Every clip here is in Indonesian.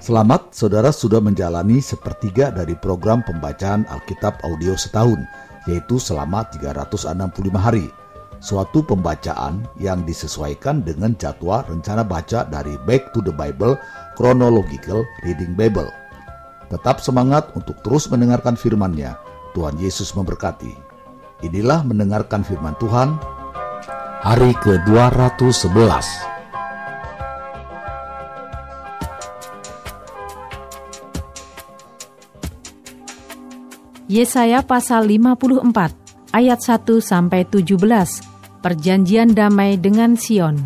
Selamat, saudara sudah menjalani sepertiga dari program pembacaan Alkitab audio setahun, yaitu selama 365 hari. Suatu pembacaan yang disesuaikan dengan jadwal rencana baca dari Back to the Bible Chronological Reading Bible. Tetap semangat untuk terus mendengarkan firman-Nya. Tuhan Yesus memberkati. Inilah mendengarkan firman Tuhan, hari ke-211. Yesaya pasal 54 ayat 1-17. Perjanjian damai dengan Sion.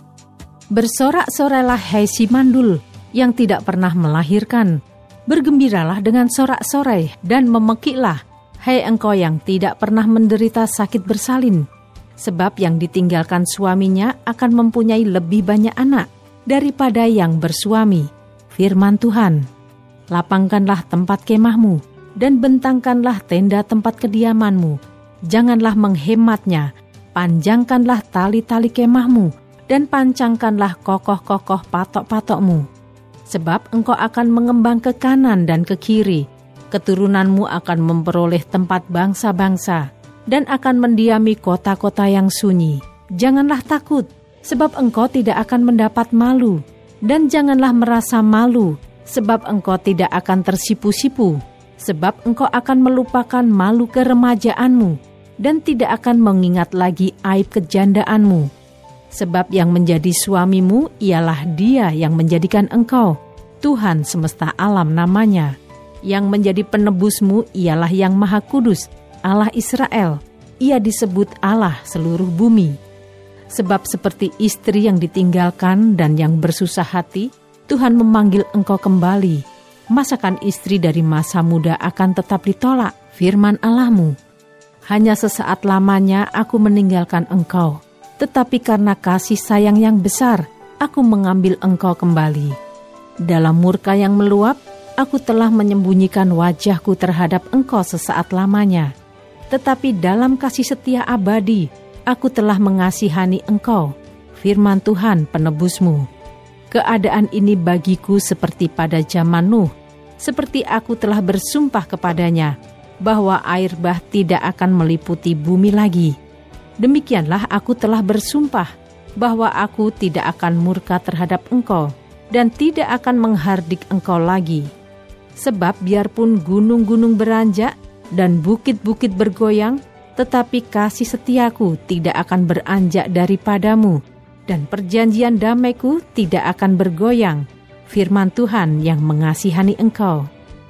Bersorak-sorailah hai si mandul yang tidak pernah melahirkan. Bergembiralah dengan sorak-sorai dan memekiklah hai engkau yang tidak pernah menderita sakit bersalin. Sebab yang ditinggalkan suaminya akan mempunyai lebih banyak anak daripada yang bersuami. Firman Tuhan. Lapangkanlah tempat kemahmu dan bentangkanlah tenda tempat kediamanmu. Janganlah menghematnya, panjangkanlah tali-tali kemahmu, dan pancangkanlah kokoh-kokoh patok-patokmu. Sebab engkau akan mengembang ke kanan dan ke kiri, keturunanmu akan memperoleh tempat bangsa-bangsa, dan akan mendiami kota-kota yang sunyi. Janganlah takut, sebab engkau tidak akan mendapat malu, dan janganlah merasa malu, sebab engkau tidak akan tersipu-sipu. Sebab engkau akan melupakan malu keremajaanmu dan tidak akan mengingat lagi aib kejandaanmu. Sebab yang menjadi suamimu ialah Dia yang menjadikan engkau, Tuhan semesta alam namanya. Yang menjadi penebusmu ialah Yang Maha Kudus, Allah Israel. Ia disebut Allah seluruh bumi. Sebab seperti istri yang ditinggalkan dan yang bersusah hati, Tuhan memanggil engkau kembali. Masakan istri dari masa muda akan tetap ditolak, firman Allahmu. Hanya sesaat lamanya aku meninggalkan engkau, tetapi karena kasih sayang yang besar, aku mengambil engkau kembali. Dalam murka yang meluap, aku telah menyembunyikan wajahku terhadap engkau sesaat lamanya. Tetapi dalam kasih setia abadi, aku telah mengasihani engkau, firman Tuhan penebusmu. Keadaan ini bagiku seperti pada zaman Nuh, seperti aku telah bersumpah kepadanya, bahwa air bah tidak akan meliputi bumi lagi. Demikianlah aku telah bersumpah, bahwa aku tidak akan murka terhadap engkau, dan tidak akan menghardik engkau lagi. Sebab biarpun gunung-gunung beranjak, dan bukit-bukit bergoyang, tetapi kasih setiaku tidak akan beranjak daripadamu, dan perjanjian damaiku tidak akan bergoyang. Firman Tuhan yang mengasihani engkau.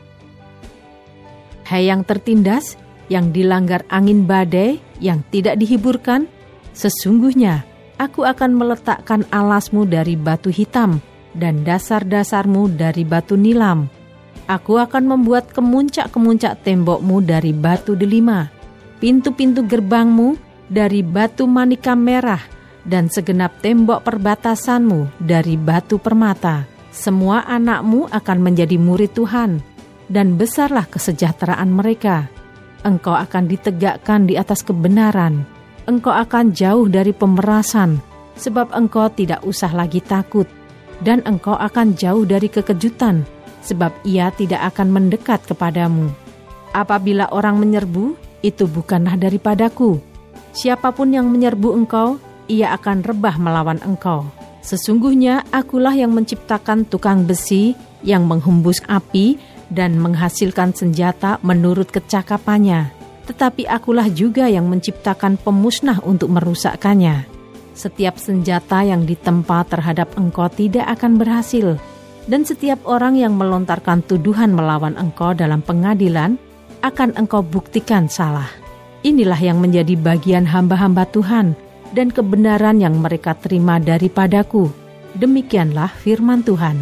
Hai yang tertindas, yang dilanggar angin badai, yang tidak dihiburkan, sesungguhnya aku akan meletakkan alasmu dari batu hitam dan dasar-dasarmu dari batu nilam. Aku akan membuat kemuncak-kemuncak tembokmu dari batu delima, pintu-pintu gerbangmu dari batu manika merah, dan segenap tembok perbatasanmu dari batu permata. Semua anakmu akan menjadi murid Tuhan, dan besarlah kesejahteraan mereka. Engkau akan ditegakkan di atas kebenaran. Engkau akan jauh dari pemerasan, sebab engkau tidak usah lagi takut. Dan engkau akan jauh dari kekejutan, sebab ia tidak akan mendekat kepadamu. Apabila orang menyerbu, itu bukanlah daripadaku. Siapapun yang menyerbu engkau, ia akan rebah melawan engkau. Sesungguhnya akulah yang menciptakan tukang besi yang menghembus api dan menghasilkan senjata menurut kecakapannya. Tetapi akulah juga yang menciptakan pemusnah untuk merusakkannya. Setiap senjata yang ditempa terhadap engkau tidak akan berhasil. Dan setiap orang yang melontarkan tuduhan melawan engkau dalam pengadilan akan engkau buktikan salah. Inilah yang menjadi bagian hamba-hamba Tuhan dan kebenaran yang mereka terima daripadaku. Demikianlah firman Tuhan.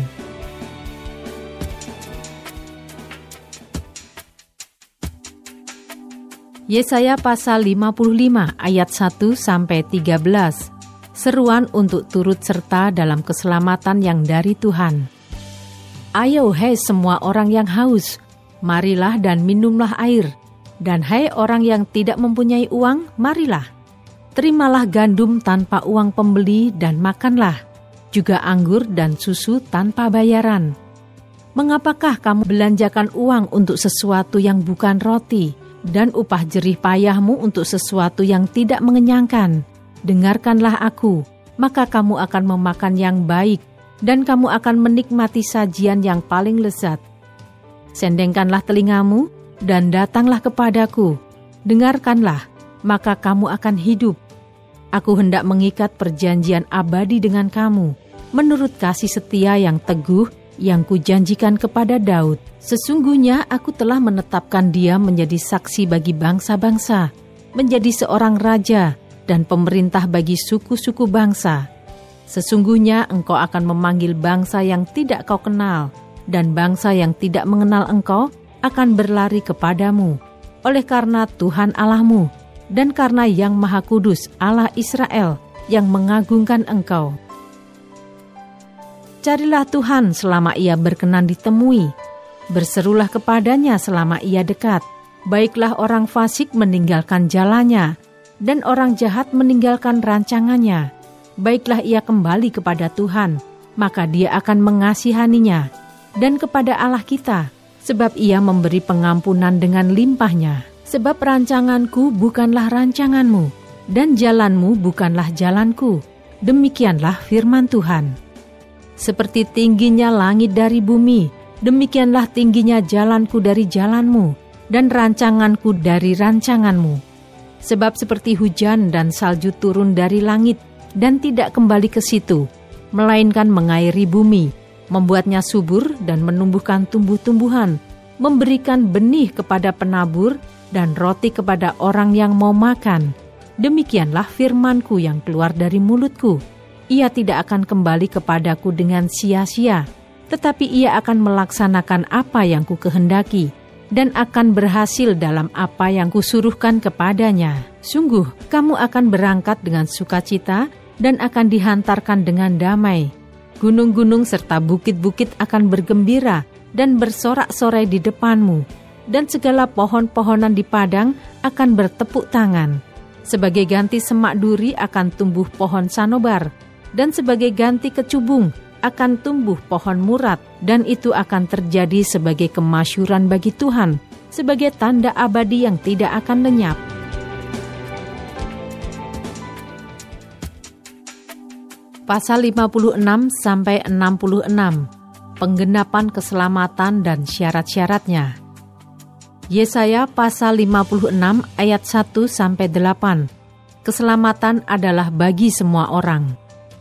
Yesaya pasal 55 ayat 1-13. Seruan untuk turut serta dalam keselamatan yang dari Tuhan. Ayo hai semua orang yang haus, marilah dan minumlah air. Dan hai orang yang tidak mempunyai uang, marilah. Terimalah gandum tanpa uang pembeli dan makanlah, juga anggur dan susu tanpa bayaran. Mengapakah kamu belanjakan uang untuk sesuatu yang bukan roti, dan upah jerih payahmu untuk sesuatu yang tidak mengenyangkan? Dengarkanlah aku, maka kamu akan memakan yang baik, dan kamu akan menikmati sajian yang paling lezat. Sendengkanlah telingamu, dan datanglah kepadaku. Dengarkanlah, maka kamu akan hidup. Aku hendak mengikat perjanjian abadi dengan kamu, menurut kasih setia yang teguh yang kujanjikan kepada Daud. Sesungguhnya aku telah menetapkan dia menjadi saksi bagi bangsa-bangsa, menjadi seorang raja dan pemerintah bagi suku-suku bangsa. Sesungguhnya engkau akan memanggil bangsa yang tidak kau kenal, dan bangsa yang tidak mengenal engkau akan berlari kepadamu. Oleh karena Tuhan Allahmu, dan karena Yang Maha Kudus Allah Israel yang mengagungkan engkau. Carilah Tuhan selama ia berkenan ditemui. Berserulah kepadanya selama ia dekat. Baiklah orang fasik meninggalkan jalannya, dan orang jahat meninggalkan rancangannya. Baiklah ia kembali kepada Tuhan, maka dia akan mengasihaninya, dan kepada Allah kita, sebab ia memberi pengampunan dengan limpahnya. Sebab rancanganku bukanlah rancanganmu, dan jalanmu bukanlah jalanku. Demikianlah firman Tuhan. Seperti tingginya langit dari bumi, demikianlah tingginya jalanku dari jalanmu, dan rancanganku dari rancanganmu. Sebab seperti hujan dan salju turun dari langit, dan tidak kembali ke situ, melainkan mengairi bumi, membuatnya subur dan menumbuhkan tumbuh-tumbuhan, memberikan benih kepada penabur, dan roti kepada orang yang mau makan. Demikianlah firmanku yang keluar dari mulutku. Ia tidak akan kembali kepadaku dengan sia-sia, tetapi ia akan melaksanakan apa yang kukehendaki, dan akan berhasil dalam apa yang kusuruhkan kepadanya. Sungguh, kamu akan berangkat dengan sukacita, dan akan dihantarkan dengan damai. Gunung-gunung serta bukit-bukit akan bergembira, dan bersorak-sorai di depanmu, dan segala pohon-pohonan di padang akan bertepuk tangan. Sebagai ganti semak duri akan tumbuh pohon sanobar, dan sebagai ganti kecubung akan tumbuh pohon murat, dan itu akan terjadi sebagai kemasyuran bagi Tuhan, sebagai tanda abadi yang tidak akan lenyap. Pasal 56-66, penggenapan keselamatan dan syarat-syaratnya. Yesaya pasal 56 ayat 1-8. Keselamatan adalah bagi semua orang.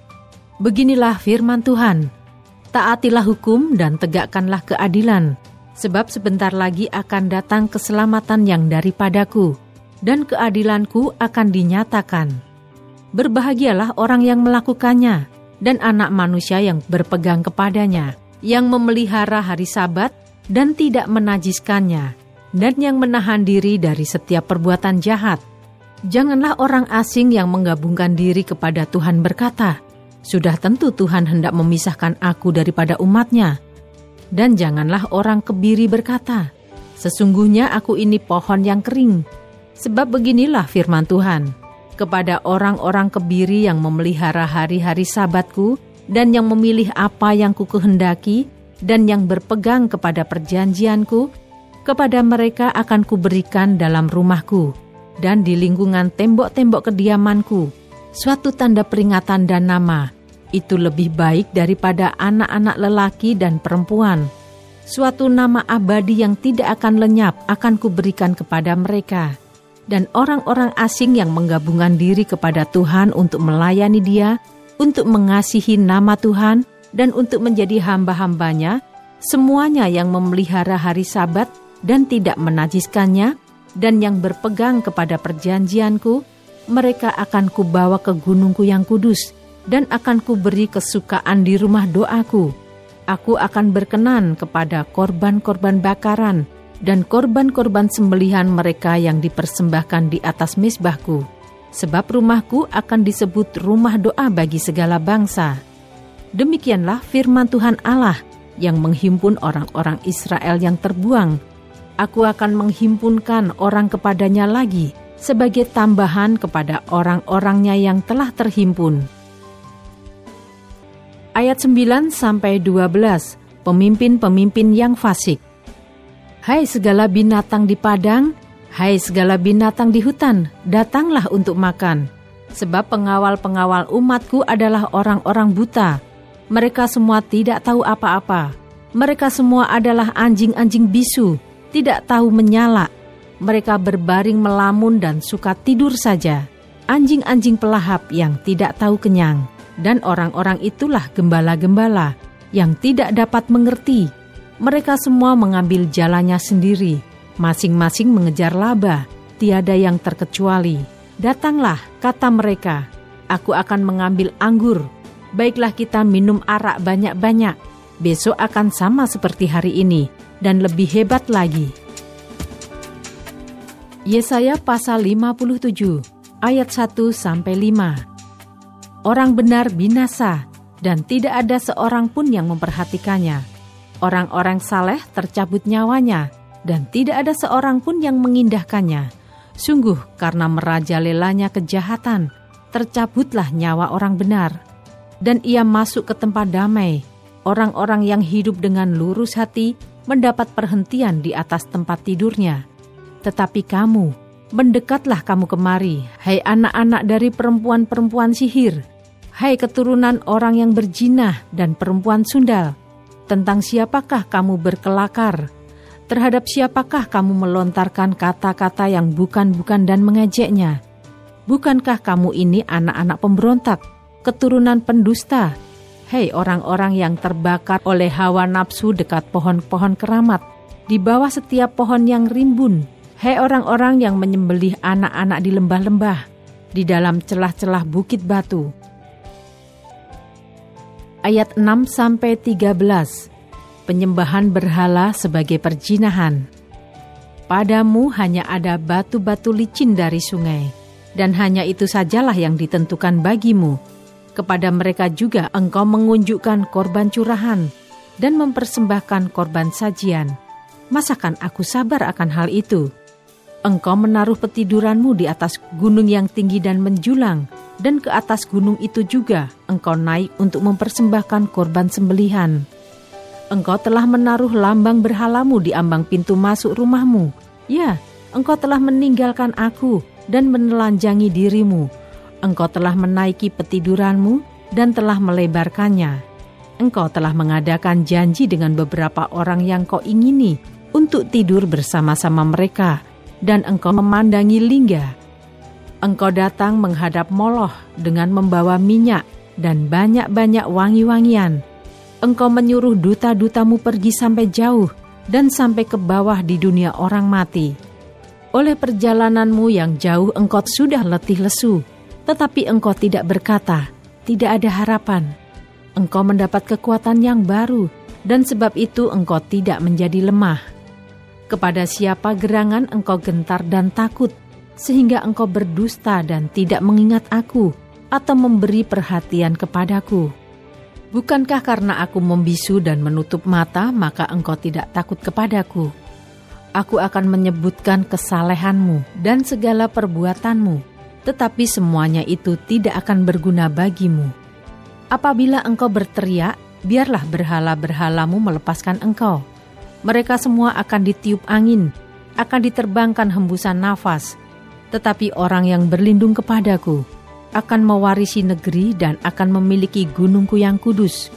Beginilah firman Tuhan, taatilah hukum dan tegakkanlah keadilan, sebab sebentar lagi akan datang keselamatan yang daripadaku, dan keadilanku akan dinyatakan. Berbahagialah orang yang melakukannya, dan anak manusia yang berpegang kepadanya, yang memelihara hari Sabat dan tidak menajiskannya, dan yang menahan diri dari setiap perbuatan jahat. Janganlah orang asing yang menggabungkan diri kepada Tuhan berkata, sudah tentu Tuhan hendak memisahkan aku daripada umatnya. Dan janganlah orang kebiri berkata, sesungguhnya aku ini pohon yang kering. Sebab beginilah firman Tuhan, kepada orang-orang kebiri yang memelihara hari-hari Sabatku, dan yang memilih apa yang kukehendaki, dan yang berpegang kepada perjanjianku, kepada mereka akan kuberikan dalam rumahku, dan di lingkungan tembok-tembok kediamanku, suatu tanda peringatan dan nama. Itu lebih baik daripada anak-anak lelaki dan perempuan. Suatu nama abadi yang tidak akan lenyap akan kuberikan kepada mereka. Dan orang-orang asing yang menggabungkan diri kepada Tuhan untuk melayani Dia, untuk mengasihi nama Tuhan, dan untuk menjadi hamba-hambanya, semuanya yang memelihara hari Sabat dan tidak menajiskannya, dan yang berpegang kepada perjanjianku, mereka akan kubawa ke gunungku yang kudus, dan akan kuberi kesukaan di rumah doaku. Aku akan berkenan kepada korban-korban bakaran, dan korban-korban sembelihan mereka yang dipersembahkan di atas mezbahku. Sebab rumahku akan disebut rumah doa bagi segala bangsa. Demikianlah firman Tuhan Allah yang menghimpun orang-orang Israel yang terbuang. Aku akan menghimpunkan orang kepadanya lagi sebagai tambahan kepada orang-orangnya yang telah terhimpun. Ayat 9-12, pemimpin-pemimpin yang fasik. Hai segala binatang di padang, hai segala binatang di hutan, datanglah untuk makan. Sebab pengawal-pengawal umatku adalah orang-orang buta. Mereka semua tidak tahu apa-apa. Mereka semua adalah anjing-anjing bisu, tidak tahu menyala. Mereka berbaring melamun dan suka tidur saja. Anjing-anjing pelahap yang tidak tahu kenyang. Dan orang-orang itulah gembala-gembala yang tidak dapat mengerti. Mereka semua mengambil jalannya sendiri, masing-masing mengejar laba, tiada yang terkecuali. Datanglah, kata mereka, aku akan mengambil anggur. Baiklah kita minum arak banyak-banyak. Besok akan sama seperti hari ini, dan lebih hebat lagi. Yesaya pasal 57, ayat 1-5. Orang benar binasa, dan tidak ada seorang pun yang memperhatikannya. Orang-orang saleh tercabut nyawanya, dan tidak ada seorang pun yang mengindahkannya. Sungguh karena merajalelanya kejahatan, tercabutlah nyawa orang benar. Dan ia masuk ke tempat damai. Orang-orang yang hidup dengan lurus hati mendapat perhentian di atas tempat tidurnya. Tetapi kamu, mendekatlah kamu kemari, hai anak-anak dari perempuan-perempuan sihir, hai keturunan orang yang berjinah dan perempuan sundal. Tentang siapakah kamu berkelakar? Terhadap siapakah kamu melontarkan kata-kata yang bukan-bukan dan mengejeknya? Bukankah kamu ini anak-anak pemberontak, keturunan pendusta? Hei orang-orang yang terbakar oleh hawa nafsu dekat pohon-pohon keramat, di bawah setiap pohon yang rimbun. Hei orang-orang yang menyembelih anak-anak di lembah-lembah, di dalam celah-celah bukit batu. Ayat 6-13. Penyembahan berhala sebagai perjinahan. Padamu hanya ada batu-batu licin dari sungai, dan hanya itu sajalah yang ditentukan bagimu. Kepada mereka juga engkau mengunjukkan korban curahan dan mempersembahkan korban sajian. Masakan aku sabar akan hal itu? Engkau menaruh petiduranmu di atas gunung yang tinggi dan menjulang, dan ke atas gunung itu juga engkau naik untuk mempersembahkan korban sembelihan. Engkau telah menaruh lambang berhalamu di ambang pintu masuk rumahmu. Ya, engkau telah meninggalkan aku dan menelanjangi dirimu. Engkau telah menaiki petiduranmu dan telah melebarkannya. Engkau telah mengadakan janji dengan beberapa orang yang kau ingini untuk tidur bersama-sama mereka, dan engkau memandangi lingga. Engkau datang menghadap Moloch dengan membawa minyak dan banyak-banyak wangi-wangian. Engkau menyuruh duta-dutamu pergi sampai jauh dan sampai ke bawah di dunia orang mati. Oleh perjalananmu yang jauh engkau sudah letih lesu, tetapi engkau tidak berkata, tidak ada harapan. Engkau mendapat kekuatan yang baru, dan sebab itu engkau tidak menjadi lemah. Kepada siapa gerangan engkau gentar dan takut, sehingga engkau berdusta dan tidak mengingat aku, atau memberi perhatian kepadaku. Bukankah karena aku membisu dan menutup mata, maka engkau tidak takut kepadaku? Aku akan menyebutkan kesalehanmu dan segala perbuatanmu, tetapi semuanya itu tidak akan berguna bagimu. Apabila engkau berteriak, biarlah berhala-berhalamu melepaskan engkau. Mereka semua akan ditiup angin, akan diterbangkan hembusan nafas. Tetapi orang yang berlindung kepadaku akan mewarisi negeri dan akan memiliki gunungku yang kudus.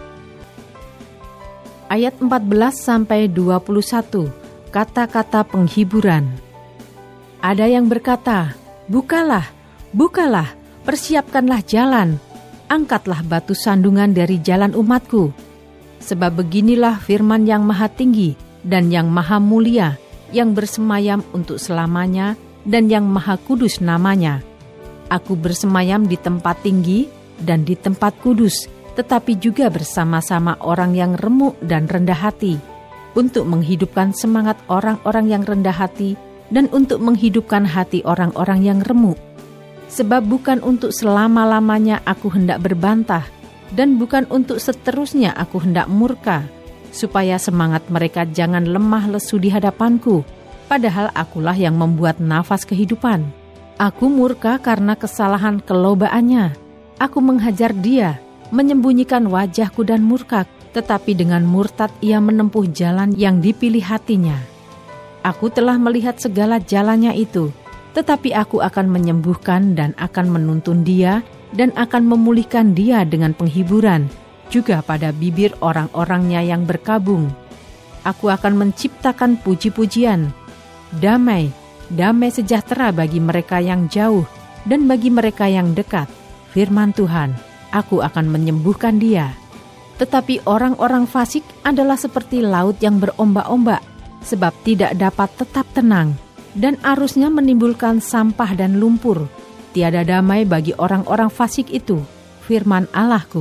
Ayat 14-21, kata-kata penghiburan. Ada yang berkata, bukalah, bukalah, persiapkanlah jalan, angkatlah batu sandungan dari jalan umatku. Sebab beginilah firman yang maha tinggi dan yang maha mulia, yang bersemayam untuk selamanya dan yang maha kudus namanya. Aku bersemayam di tempat tinggi dan di tempat kudus, tetapi juga bersama-sama orang yang remuk dan rendah hati, untuk menghidupkan semangat orang-orang yang rendah hati dan untuk menghidupkan hati orang-orang yang remuk. Sebab bukan untuk selama-lamanya aku hendak berbantah, dan bukan untuk seterusnya aku hendak murka, supaya semangat mereka jangan lemah lesu di hadapanku, padahal akulah yang membuat nafas kehidupan. Aku murka karena kesalahan kelobaannya. Aku menghajar dia, menyembunyikan wajahku dan murka, tetapi dengan murtad ia menempuh jalan yang dipilih hatinya. Aku telah melihat segala jalannya itu, tetapi aku akan menyembuhkan dan akan menuntun dia dan akan memulihkan dia dengan penghiburan, juga pada bibir orang-orangnya yang berkabung. Aku akan menciptakan puji-pujian, damai, damai sejahtera bagi mereka yang jauh dan bagi mereka yang dekat. Firman Tuhan, aku akan menyembuhkan dia. Tetapi orang-orang fasik adalah seperti laut yang berombak-ombak, sebab tidak dapat tetap tenang, dan arusnya menimbulkan sampah dan lumpur. Tiada damai bagi orang-orang fasik itu, firman Allahku.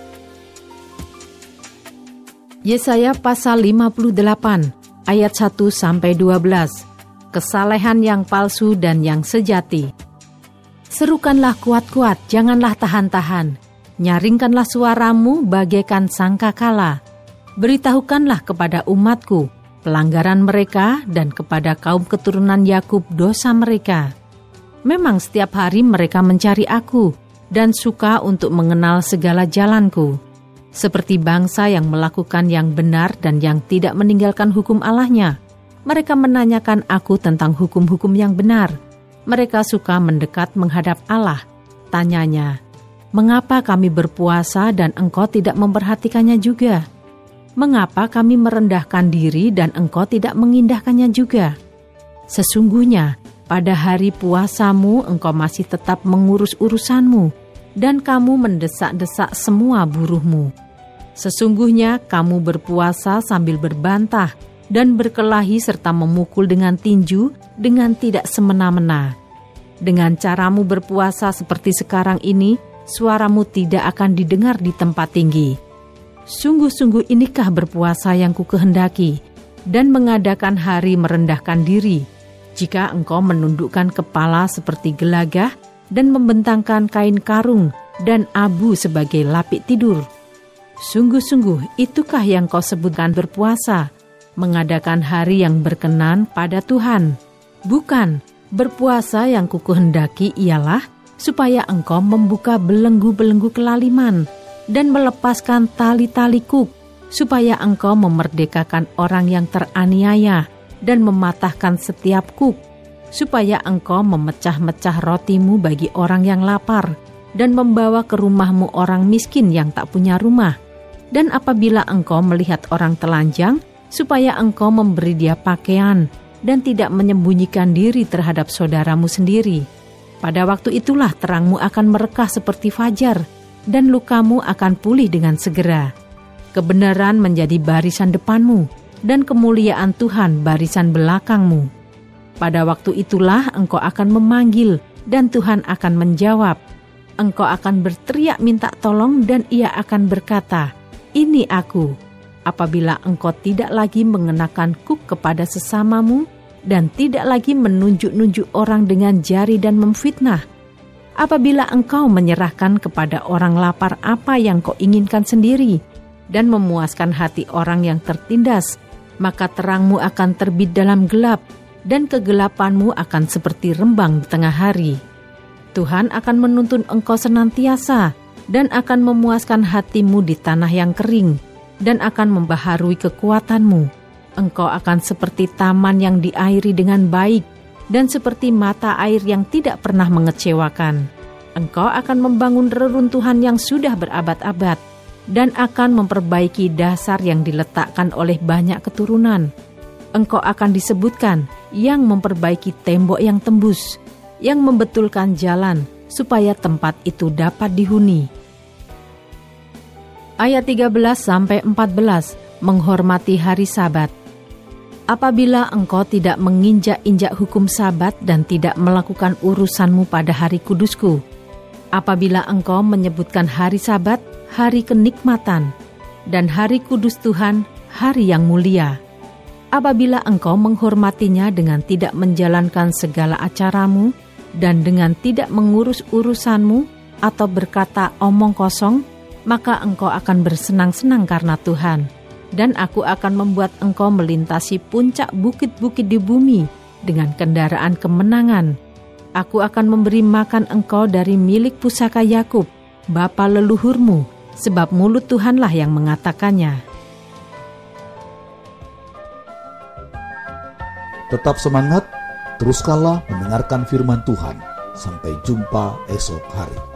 Yesaya pasal 58, ayat 1-12. Kesalehan yang palsu dan yang sejati. Serukanlah kuat-kuat, janganlah tahan-tahan. Nyaringkanlah suaramu bagaikan sangkakala. Beritahukanlah kepada umatku pelanggaran mereka dan kepada kaum keturunan Yakub dosa mereka. Memang setiap hari mereka mencari aku dan suka untuk mengenal segala jalanku. Seperti bangsa yang melakukan yang benar dan yang tidak meninggalkan hukum Allahnya. Mereka menanyakan aku tentang hukum-hukum yang benar. Mereka suka mendekat menghadap Allah. Tanyanya, mengapa kami berpuasa dan engkau tidak memperhatikannya juga? Mengapa kami merendahkan diri dan engkau tidak mengindahkannya juga? Sesungguhnya, pada hari puasamu engkau masih tetap mengurus urusanmu, dan kamu mendesak-desak semua buruhmu. Sesungguhnya kamu berpuasa sambil berbantah dan berkelahi serta memukul dengan tinju dengan tidak semena-mena. Dengan caramu berpuasa seperti sekarang ini, suaramu tidak akan didengar di tempat tinggi. Sungguh-sungguh inikah berpuasa yang kukehendaki, dan mengadakan hari merendahkan diri, jika engkau menundukkan kepala seperti gelagah dan membentangkan kain karung dan abu sebagai lapik tidur. Sungguh-sungguh itukah yang kau sebutkan berpuasa, mengadakan hari yang berkenan pada Tuhan? Bukan, berpuasa yang kukehendaki ialah supaya engkau membuka belenggu-belenggu kelaliman dan melepaskan tali-tali kuk, supaya engkau memerdekakan orang yang teraniaya dan mematahkan setiap kuk, supaya engkau memecah-mecah rotimu bagi orang yang lapar dan membawa ke rumahmu orang miskin yang tak punya rumah. Dan apabila engkau melihat orang telanjang, supaya engkau memberi dia pakaian dan tidak menyembunyikan diri terhadap saudaramu sendiri. Pada waktu itulah terangmu akan merekah seperti fajar, dan lukamu akan pulih dengan segera. Kebenaran menjadi barisan depanmu, dan kemuliaan Tuhan barisan belakangmu. Pada waktu itulah engkau akan memanggil, dan Tuhan akan menjawab. Engkau akan berteriak minta tolong, dan Ia akan berkata, "Ini aku." Apabila engkau tidak lagi mengenakan kuk kepada sesamamu, dan tidak lagi menunjuk-nunjuk orang dengan jari dan memfitnah. Apabila engkau menyerahkan kepada orang lapar apa yang kau inginkan sendiri, dan memuaskan hati orang yang tertindas, maka terangmu akan terbit dalam gelap, dan kegelapanmu akan seperti rembang di tengah hari. Tuhan akan menuntun engkau senantiasa, dan akan memuaskan hatimu di tanah yang kering, dan akan membaharui kekuatanmu. Engkau akan seperti taman yang diairi dengan baik, dan seperti mata air yang tidak pernah mengecewakan. Engkau akan membangun reruntuhan yang sudah berabad-abad, dan akan memperbaiki dasar yang diletakkan oleh banyak keturunan. Engkau akan disebutkan yang memperbaiki tembok yang tembus, yang membetulkan jalan, supaya tempat itu dapat dihuni. Ayat 13-14, menghormati hari Sabat. Apabila engkau tidak menginjak-injak hukum Sabat dan tidak melakukan urusanmu pada hari kudusku, apabila engkau menyebutkan hari Sabat, hari kenikmatan, dan hari kudus Tuhan, hari yang mulia, apabila engkau menghormatinya dengan tidak menjalankan segala acaramu, dan dengan tidak mengurus urusanmu, atau berkata omong kosong, maka engkau akan bersenang-senang karena Tuhan. Dan aku akan membuat engkau melintasi puncak bukit-bukit di bumi dengan kendaraan kemenangan. Aku akan memberi makan engkau dari milik pusaka Yakub, bapa leluhurmu, sebab mulut Tuhanlah yang mengatakannya. Tetap semangat, teruskanlah mendengarkan firman Tuhan. Sampai jumpa esok hari.